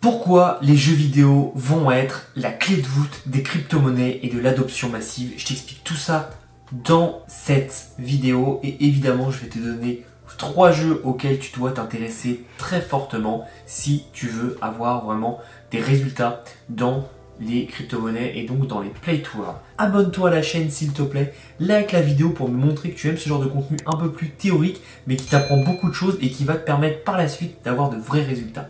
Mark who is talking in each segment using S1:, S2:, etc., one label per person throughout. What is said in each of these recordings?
S1: Pourquoi les jeux vidéo vont être la clé de voûte des crypto-monnaies et de l'adoption massive? Je t'explique tout ça dans cette vidéo et évidemment je vais te donner 3 jeux auxquels tu dois t'intéresser très fortement si tu veux avoir vraiment des résultats dans les crypto-monnaies et donc dans les play to earn. Abonne-toi à la chaîne s'il te plaît, like la vidéo pour me montrer que tu aimes ce genre de contenu un peu plus théorique mais qui t'apprend beaucoup de choses et qui va te permettre par la suite d'avoir de vrais résultats.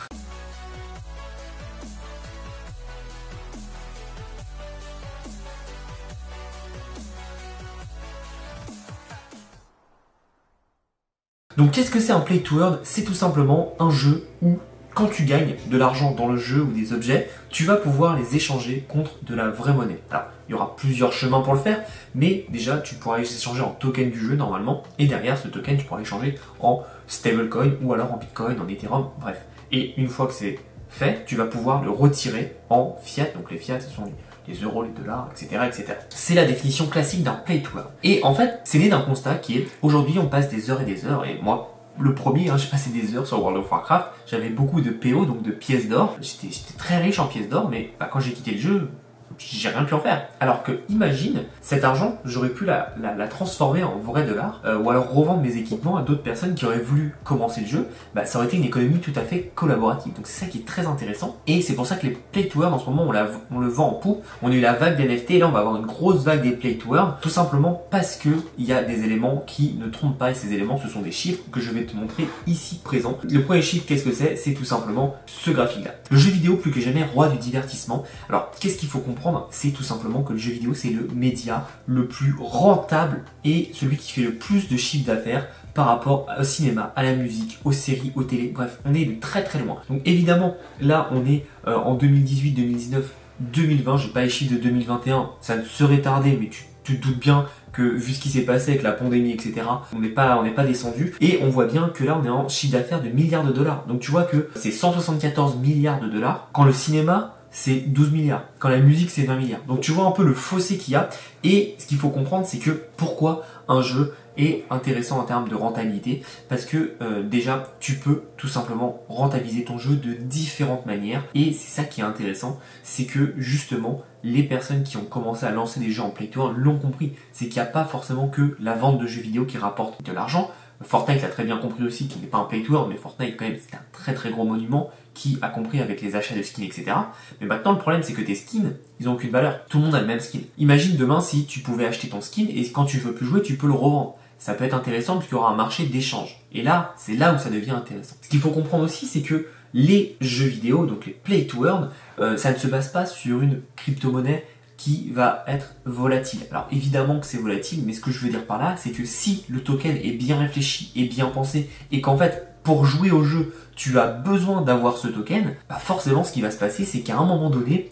S1: Donc qu'est-ce que c'est un play to earn? C'est tout simplement un jeu où quand tu gagnes de l'argent dans le jeu ou des objets, tu vas pouvoir les échanger contre de la vraie monnaie. Alors, il y aura plusieurs chemins pour le faire, mais déjà, tu pourras les échanger en token du jeu normalement, et derrière ce token, tu pourras l'échanger en stablecoin ou alors en bitcoin, en ethereum, bref. Et une fois que c'est fait, tu vas pouvoir le retirer en fiat. Donc les fiat, ce sont les euros, les dollars, etc. etc. C'est la définition classique d'un play to earn. Et en fait, c'est né d'un constat qui est, aujourd'hui, on passe des heures et des heures, et moi, le premier, j'ai passé des heures sur World of Warcraft, j'avais beaucoup de PO, donc de pièces d'or. J'étais très riche en pièces d'or, mais quand j'ai quitté le jeu, j'ai rien pu en faire. Alors que, imagine, cet argent, j'aurais pu la transformer en vrai dollar, ou alors revendre mes équipements à d'autres personnes qui auraient voulu commencer le jeu. Ça aurait été une économie tout à fait collaborative. Donc c'est ça qui est très intéressant. Et c'est pour ça que les play to earn, en ce moment, on le vend en poupe. On a eu la vague des NFT, et là on va avoir une grosse vague des play to earn, tout simplement parce que il y a des éléments qui ne trompent pas, et ces éléments, ce sont des chiffres que je vais te montrer ici présent. Le premier chiffre, qu'est-ce que c'est? C'est tout simplement ce graphique-là. Le jeu vidéo, plus que jamais, roi du divertissement. Alors, qu'est-ce qu'il faut comprendre? C'est tout simplement que le jeu vidéo, c'est le média le plus rentable et celui qui fait le plus de chiffre d'affaires par rapport au cinéma, à la musique, aux séries, aux télé. Bref, on est de très très loin. Donc évidemment, là, on est en 2018, 2019, 2020. J'ai pas les chiffres de 2021, ça ne serait tardé, mais tu te doutes bien que vu ce qui s'est passé avec la pandémie, etc., on n'est pas descendu. Et on voit bien que là, on est en chiffre d'affaires de milliards de dollars. Donc tu vois que c'est 174 milliards de dollars. Quand le cinéma, c'est 12 milliards. Quand la musique, c'est 20 milliards. Donc tu vois un peu le fossé qu'il y a. Et ce qu'il faut comprendre, c'est que pourquoi un jeu est intéressant en termes de rentabilité. Parce que déjà, tu peux tout simplement rentabiliser ton jeu de différentes manières. Et c'est ça qui est intéressant. C'est que justement, les personnes qui ont commencé à lancer des jeux en play to earn l'ont compris. C'est qu'il n'y a pas forcément que la vente de jeux vidéo qui rapporte de l'argent. Fortnite l'a très bien compris aussi, qu'il n'est pas un play to earn, mais Fortnite quand même c'est un très très gros monument qui a compris avec les achats de skins, etc. Mais maintenant le problème c'est que tes skins, ils n'ont aucune valeur. Tout le monde a le même skin. Imagine demain si tu pouvais acheter ton skin et quand tu veux plus jouer, tu peux le revendre. Ça peut être intéressant puisqu'il y aura un marché d'échange. Et là, c'est là où ça devient intéressant. Ce qu'il faut comprendre aussi, c'est que les jeux vidéo, donc les play to earn, ça ne se base pas sur une crypto-monnaie qui va être volatile. Alors évidemment que c'est volatile, mais ce que je veux dire par là, c'est que si le token est bien réfléchi et bien pensé, et qu'en fait, pour jouer au jeu, tu as besoin d'avoir ce token, forcément ce qui va se passer, c'est qu'à un moment donné,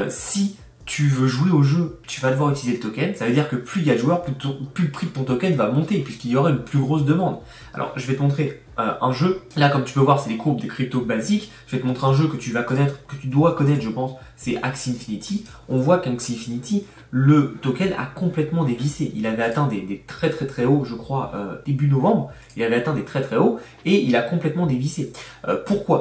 S1: si tu veux jouer au jeu, tu vas devoir utiliser le token. Ça veut dire que plus il y a de joueurs, plus le prix de ton token va monter, puisqu'il y aura une plus grosse demande. Alors, je vais te montrer un jeu. Là, comme tu peux voir, c'est les courbes des cryptos basiques. Je vais te montrer un jeu que tu vas connaître, que tu dois connaître, je pense. C'est Axie Infinity. On voit qu'Axie Infinity, le token a complètement dévissé. Il avait atteint des très très très hauts, je crois, début novembre. Il avait atteint des très très hauts et il a complètement dévissé. Pourquoi ?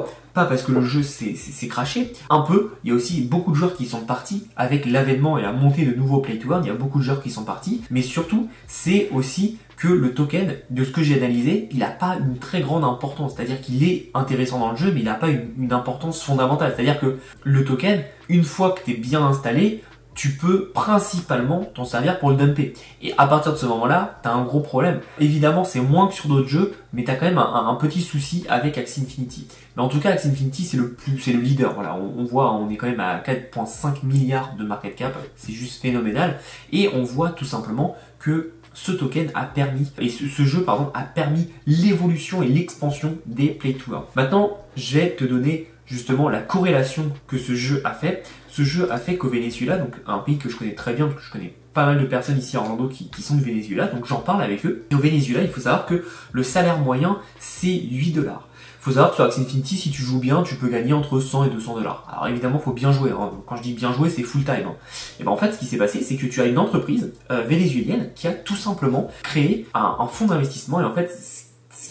S1: Pas parce que le jeu s'est crashé, un peu, il y a aussi beaucoup de joueurs qui sont partis avec l'avènement et la montée de nouveaux play to earn, il y a beaucoup de joueurs qui sont partis, mais surtout, c'est aussi que le token, de ce que j'ai analysé, il n'a pas une très grande importance, c'est-à-dire qu'il est intéressant dans le jeu, mais il n'a pas une importance fondamentale, c'est-à-dire que le token, une fois que tu es bien installé, tu peux principalement t'en servir pour le dumper. Et à partir de ce moment-là, tu as un gros problème. Évidemment, c'est moins que sur d'autres jeux, mais tu as quand même un petit souci avec Axie Infinity. Mais en tout cas, Axie Infinity, c'est le leader. Voilà, on voit, on est quand même à 4,5 milliards de market cap. C'est juste phénoménal. Et on voit tout simplement que ce token a permis, et ce jeu, pardon, a permis l'évolution et l'expansion des play to earn. Maintenant, je vais te donner justement la corrélation que ce jeu a fait. Ce jeu a fait qu'au Venezuela, donc un pays que je connais très bien, parce que je connais pas mal de personnes ici à Orlando qui sont du Venezuela, donc j'en parle avec eux. Et au Venezuela, il faut savoir que le salaire moyen, c'est 8 dollars. Il faut savoir que sur Axie Infinity, si tu joues bien, tu peux gagner entre 100 et 200 dollars. Alors évidemment, il faut bien jouer. Hein. Quand je dis bien jouer, c'est full time. Hein. Et ben en fait, ce qui s'est passé, c'est que tu as une entreprise vénézuélienne qui a tout simplement créé un fonds d'investissement. Et en fait, ce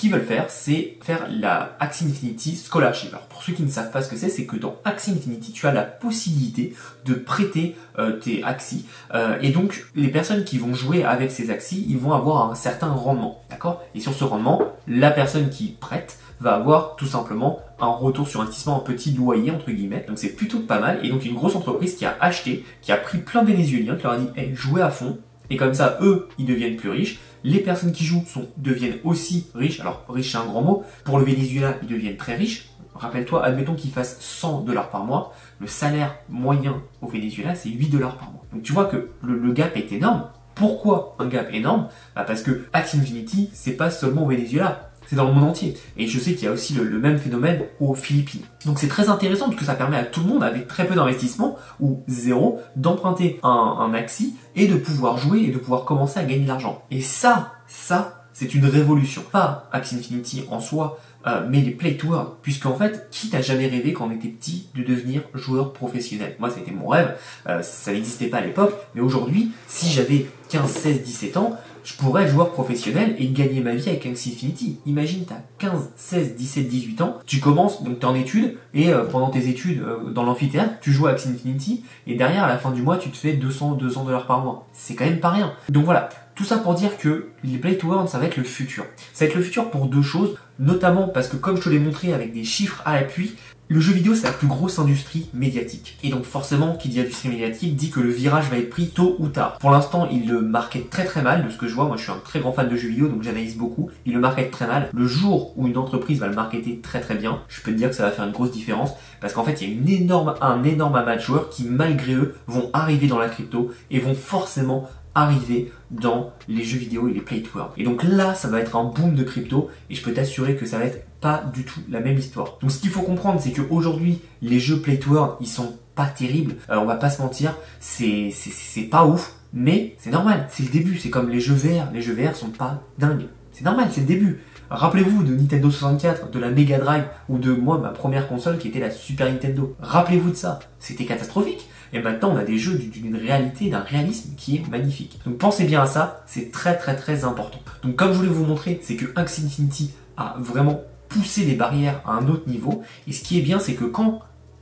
S1: qu'ils veulent faire, c'est faire la Axie Infinity Scholarship. Alors pour ceux qui ne savent pas ce que c'est que dans Axie Infinity, tu as la possibilité de prêter tes Axies. Et donc les personnes qui vont jouer avec ces Axies, ils vont avoir un certain rendement, d'accord? Et sur ce rendement, la personne qui prête va avoir tout simplement un retour sur investissement, un petit loyer entre guillemets. Donc c'est plutôt pas mal. Et donc une grosse entreprise qui a acheté, qui a pris plein de Vénézuéliens, qui leur a dit hey, jouez à fond. Et comme ça, eux, ils deviennent plus riches. Les personnes qui jouent deviennent aussi riches. Alors riche c'est un grand mot. Pour le Venezuela, ils deviennent très riches. Rappelle-toi, admettons qu'ils fassent 100 dollars par mois. Le salaire moyen au Venezuela, c'est 8 dollars par mois. Donc tu vois que le gap est énorme. Pourquoi un gap énorme? Parce que Axie Infinity, c'est pas seulement au Venezuela. C'est dans le monde entier. Et je sais qu'il y a aussi le même phénomène aux Philippines. Donc c'est très intéressant parce que ça permet à tout le monde, avec très peu d'investissement ou zéro, d'emprunter un Axie et de pouvoir jouer et de pouvoir commencer à gagner de l'argent. Et ça, c'est une révolution. Pas Axie Infinity en soi, mais les Play to Earn. Puisqu'en fait, qui n'a jamais rêvé quand on était petit de devenir joueur professionnel? Moi, c'était mon rêve. Ça n'existait pas à l'époque. Mais aujourd'hui, si j'avais 15, 16, 17 ans, je pourrais être joueur professionnel et gagner ma vie avec Axie Infinity. Imagine, tu as 15, 16, 17, 18 ans, tu commences, donc tu es en études, et pendant tes études dans l'amphithéâtre, tu joues à Axie Infinity, et derrière, à la fin du mois, tu te fais 200 dollars par mois. C'est quand même pas rien. Donc voilà, tout ça pour dire que les Play to Earn, ça va être le futur. Ça va être le futur pour deux choses, notamment parce que comme je te l'ai montré avec des chiffres à l'appui, le jeu vidéo, c'est la plus grosse industrie médiatique. Et donc forcément, qui dit industrie médiatique, dit que le virage va être pris tôt ou tard. Pour l'instant, il le market très très mal, de ce que je vois. Moi, je suis un très grand fan de jeux vidéo, donc j'analyse beaucoup. Il le market très mal. Le jour où une entreprise va le marketer très très bien, je peux te dire que ça va faire une grosse différence. Parce qu'en fait, il y a un énorme amas de joueurs qui, malgré eux, vont arriver dans la crypto et vont forcément arriver dans les jeux vidéo et les Play to Earn. Et donc là, ça va être un boom de crypto et je peux t'assurer que ça va être pas du tout la même histoire. Donc ce qu'il faut comprendre, c'est qu'aujourd'hui, les jeux Play to Earn, ils sont pas terribles. On va pas se mentir, c'est pas ouf, mais c'est normal, c'est le début. C'est comme les jeux VR. Les jeux VR sont pas dingues. C'est normal, c'est le début. Rappelez-vous de Nintendo 64, de la Mega Drive ou de moi, ma première console qui était la Super Nintendo. Rappelez-vous de ça. C'était catastrophique. Et maintenant, on a des jeux d'une réalité, d'un réalisme qui est magnifique. Donc pensez bien à ça, c'est très très très important. Donc comme je voulais vous montrer, c'est que Axie Infinity a vraiment poussé les barrières à un autre niveau. Et ce qui est bien, c'est que quand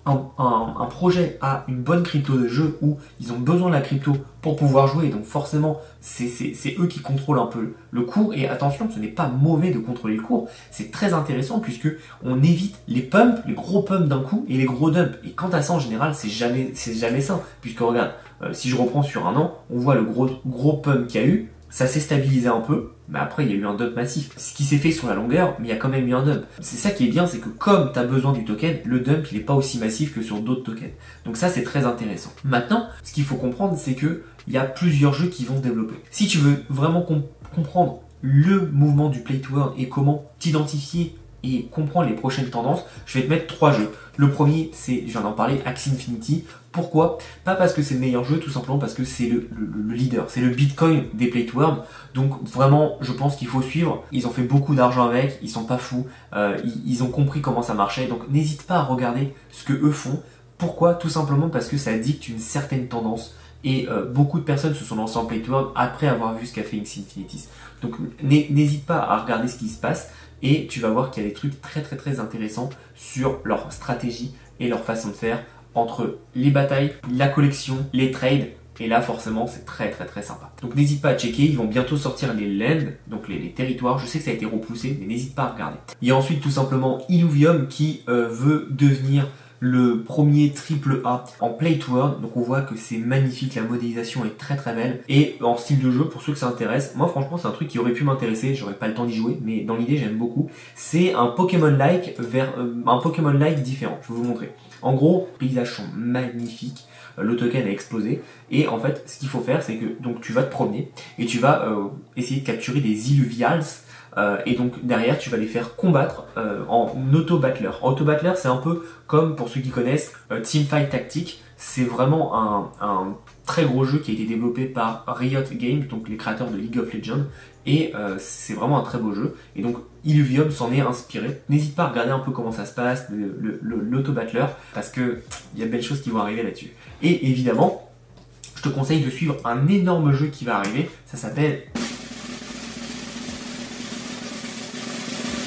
S1: un projet a une bonne crypto de jeu où ils ont besoin de la crypto pour pouvoir jouer, donc forcément c'est eux qui contrôlent un peu le cours. Et attention, ce n'est pas mauvais de contrôler le cours, c'est très intéressant puisque on évite les pumps, les gros pumps d'un coup et les gros dumps. Et quant à ça en général, c'est jamais sain, puisque regarde, si je reprends sur un an, on voit le gros pump qu'il y a eu. Ça s'est stabilisé un peu, mais après il y a eu un dump massif. Ce qui s'est fait sur la longueur, mais il y a quand même eu un dump. C'est ça qui est bien, c'est que comme tu as besoin du token, le dump il n'est pas aussi massif que sur d'autres tokens. Donc ça c'est très intéressant. Maintenant, ce qu'il faut comprendre, c'est que il y a plusieurs jeux qui vont se développer. Si tu veux vraiment comprendre le mouvement du Play to Earn et comment t'identifier et comprendre les prochaines tendances, je vais te mettre 3 jeux. Le premier, c'est, je viens d'en parler, Axie Infinity. Pourquoi? Pas parce que c'est le meilleur jeu, tout simplement parce que c'est le leader, c'est le Bitcoin des Play to Earn. Donc vraiment, je pense qu'il faut suivre. Ils ont fait beaucoup d'argent avec, ils sont pas fous, ils ont compris comment ça marchait. Donc n'hésite pas à regarder ce que eux font. Pourquoi? Tout simplement parce que ça dicte une certaine tendance. Et beaucoup de personnes se sont lancées en Play to Earn après avoir vu ce qu'a fait Axie Infinity. Donc n'hésite pas à regarder ce qui se passe. Et tu vas voir qu'il y a des trucs très très très intéressants sur leur stratégie et leur façon de faire entre les batailles, la collection, les trades. Et là forcément c'est très très très sympa. Donc n'hésite pas à checker, ils vont bientôt sortir les lands, donc les territoires. Je sais que ça a été repoussé, mais n'hésite pas à regarder. Il y a ensuite tout simplement Illuvium qui veut devenir le premier triple A en Play to Earn. Donc on voit que c'est magnifique, la modélisation est très très belle. Et en style de jeu, pour ceux que ça intéresse, moi franchement c'est un truc qui aurait pu m'intéresser, j'aurais pas le temps d'y jouer, mais dans l'idée j'aime beaucoup. C'est un Pokémon-like un Pokémon-like différent, je vais vous montrer. En gros, les paysages sont magnifiques, le token a explosé, et en fait ce qu'il faut faire c'est que donc tu vas te promener et tu vas essayer de capturer des Illuvials. Et donc derrière tu vas les faire combattre en auto-battler. Auto-battler c'est un peu comme, pour ceux qui connaissent, Teamfight Tactics. C'est vraiment un très gros jeu qui a été développé par Riot Games, donc les créateurs de League of Legends. Et c'est vraiment un très beau jeu. Et donc Illuvium s'en est inspiré. N'hésite pas à regarder un peu comment ça se passe, l'auto-battler, parce que il y a de belles choses qui vont arriver là-dessus. Et évidemment, je te conseille de suivre un énorme jeu qui va arriver. Ça s'appelle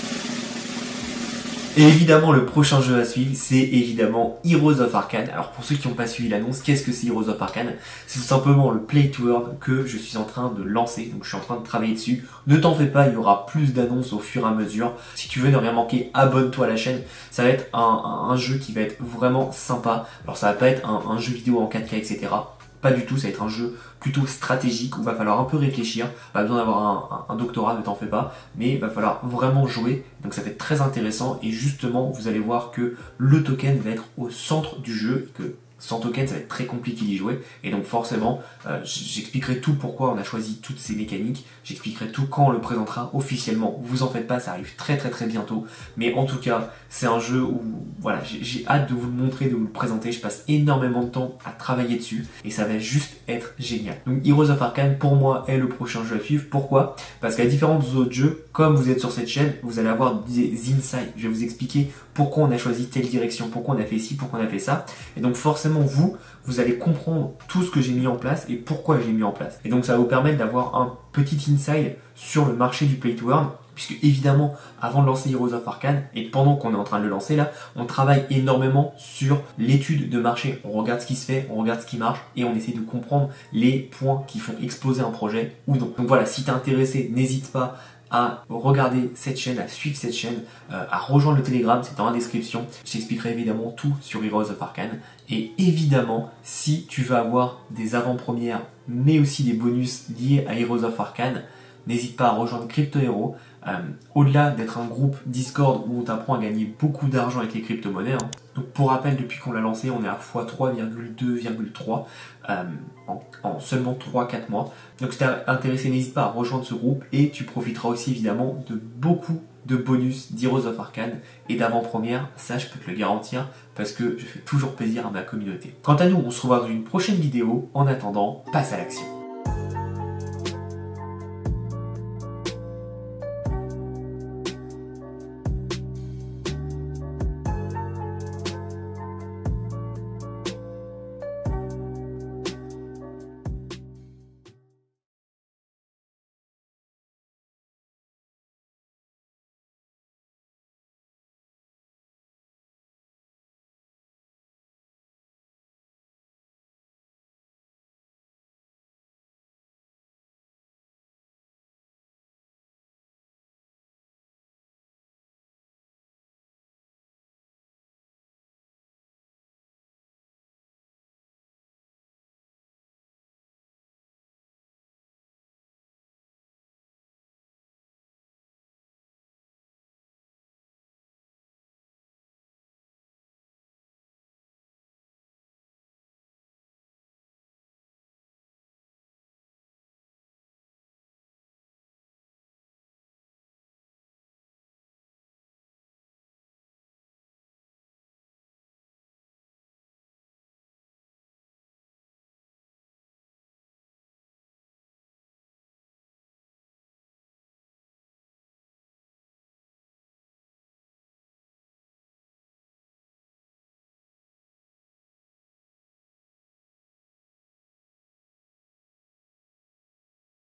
S1: Et évidemment, le prochain jeu à suivre, c'est évidemment Heroes of Arcane. Alors pour ceux qui n'ont pas suivi l'annonce, qu'est-ce que c'est Heroes of Arcane? C'est tout simplement le Play to Earn que je suis en train de lancer, donc je suis en train de travailler dessus. Ne t'en fais pas, il y aura plus d'annonces au fur et à mesure. Si tu veux ne rien manquer, abonne-toi à la chaîne. Ça va être un jeu qui va être vraiment sympa. Alors ça va pas être un jeu vidéo en 4K, etc. Pas du tout, ça va être un jeu plutôt stratégique où il va falloir un peu réfléchir, pas besoin d'avoir un doctorat, ne t'en fais pas, mais il va falloir vraiment jouer, donc ça va être très intéressant et justement vous allez voir que le token va être au centre du jeu et que sans token ça va être très compliqué d'y jouer et donc forcément j'expliquerai tout pourquoi on a choisi toutes ces mécaniques, j'expliquerai tout quand on le présentera officiellement, vous en faites pas, ça arrive très bientôt, mais en tout cas c'est un jeu où voilà, j'ai hâte de vous le montrer, de vous le présenter, je passe énormément de temps à travailler dessus et ça va juste être génial. Donc Heroes of Arcane pour moi est le prochain jeu à suivre, pourquoi? Parce qu'à différents autres jeux, comme vous êtes sur cette chaîne, vous allez avoir des insights, je vais vous expliquer pourquoi on a choisi telle direction, pourquoi on a fait ci, pourquoi on a fait ça, et donc forcément vous allez comprendre tout ce que j'ai mis en place et pourquoi j'ai mis en place. Et donc ça va vous permettre d'avoir un petit insight sur le marché du Play to Earn, puisque évidemment, avant de lancer Heroes of Arcane, et pendant qu'on est en train de le lancer là, on travaille énormément sur l'étude de marché. On regarde ce qui se fait, on regarde ce qui marche, et on essaie de comprendre les points qui font exploser un projet ou non. Donc voilà, si t'es intéressé, n'hésite pas à regarder cette chaîne, à suivre cette chaîne, à rejoindre le Telegram, c'est dans la description. Je t'expliquerai évidemment tout sur Heroes of Arcane. Et évidemment, si tu veux avoir des avant-premières, mais aussi des bonus liés à Heroes of Arcane, n'hésite pas à rejoindre Crypto Hero. Au-delà d'être un groupe Discord où on t'apprend à gagner beaucoup d'argent avec les crypto-monnaies. Hein. Donc pour rappel, depuis qu'on l'a lancé, on est à x3,2,3 en seulement 3-4 mois. Donc si t'es intéressé, n'hésite pas à rejoindre ce groupe et tu profiteras aussi évidemment de beaucoup de bonus d'Heroes of Arcane et d'avant-première, ça je peux te le garantir parce que je fais toujours plaisir à ma communauté. Quant à nous, on se revoit dans une prochaine vidéo. En attendant, passe à l'action.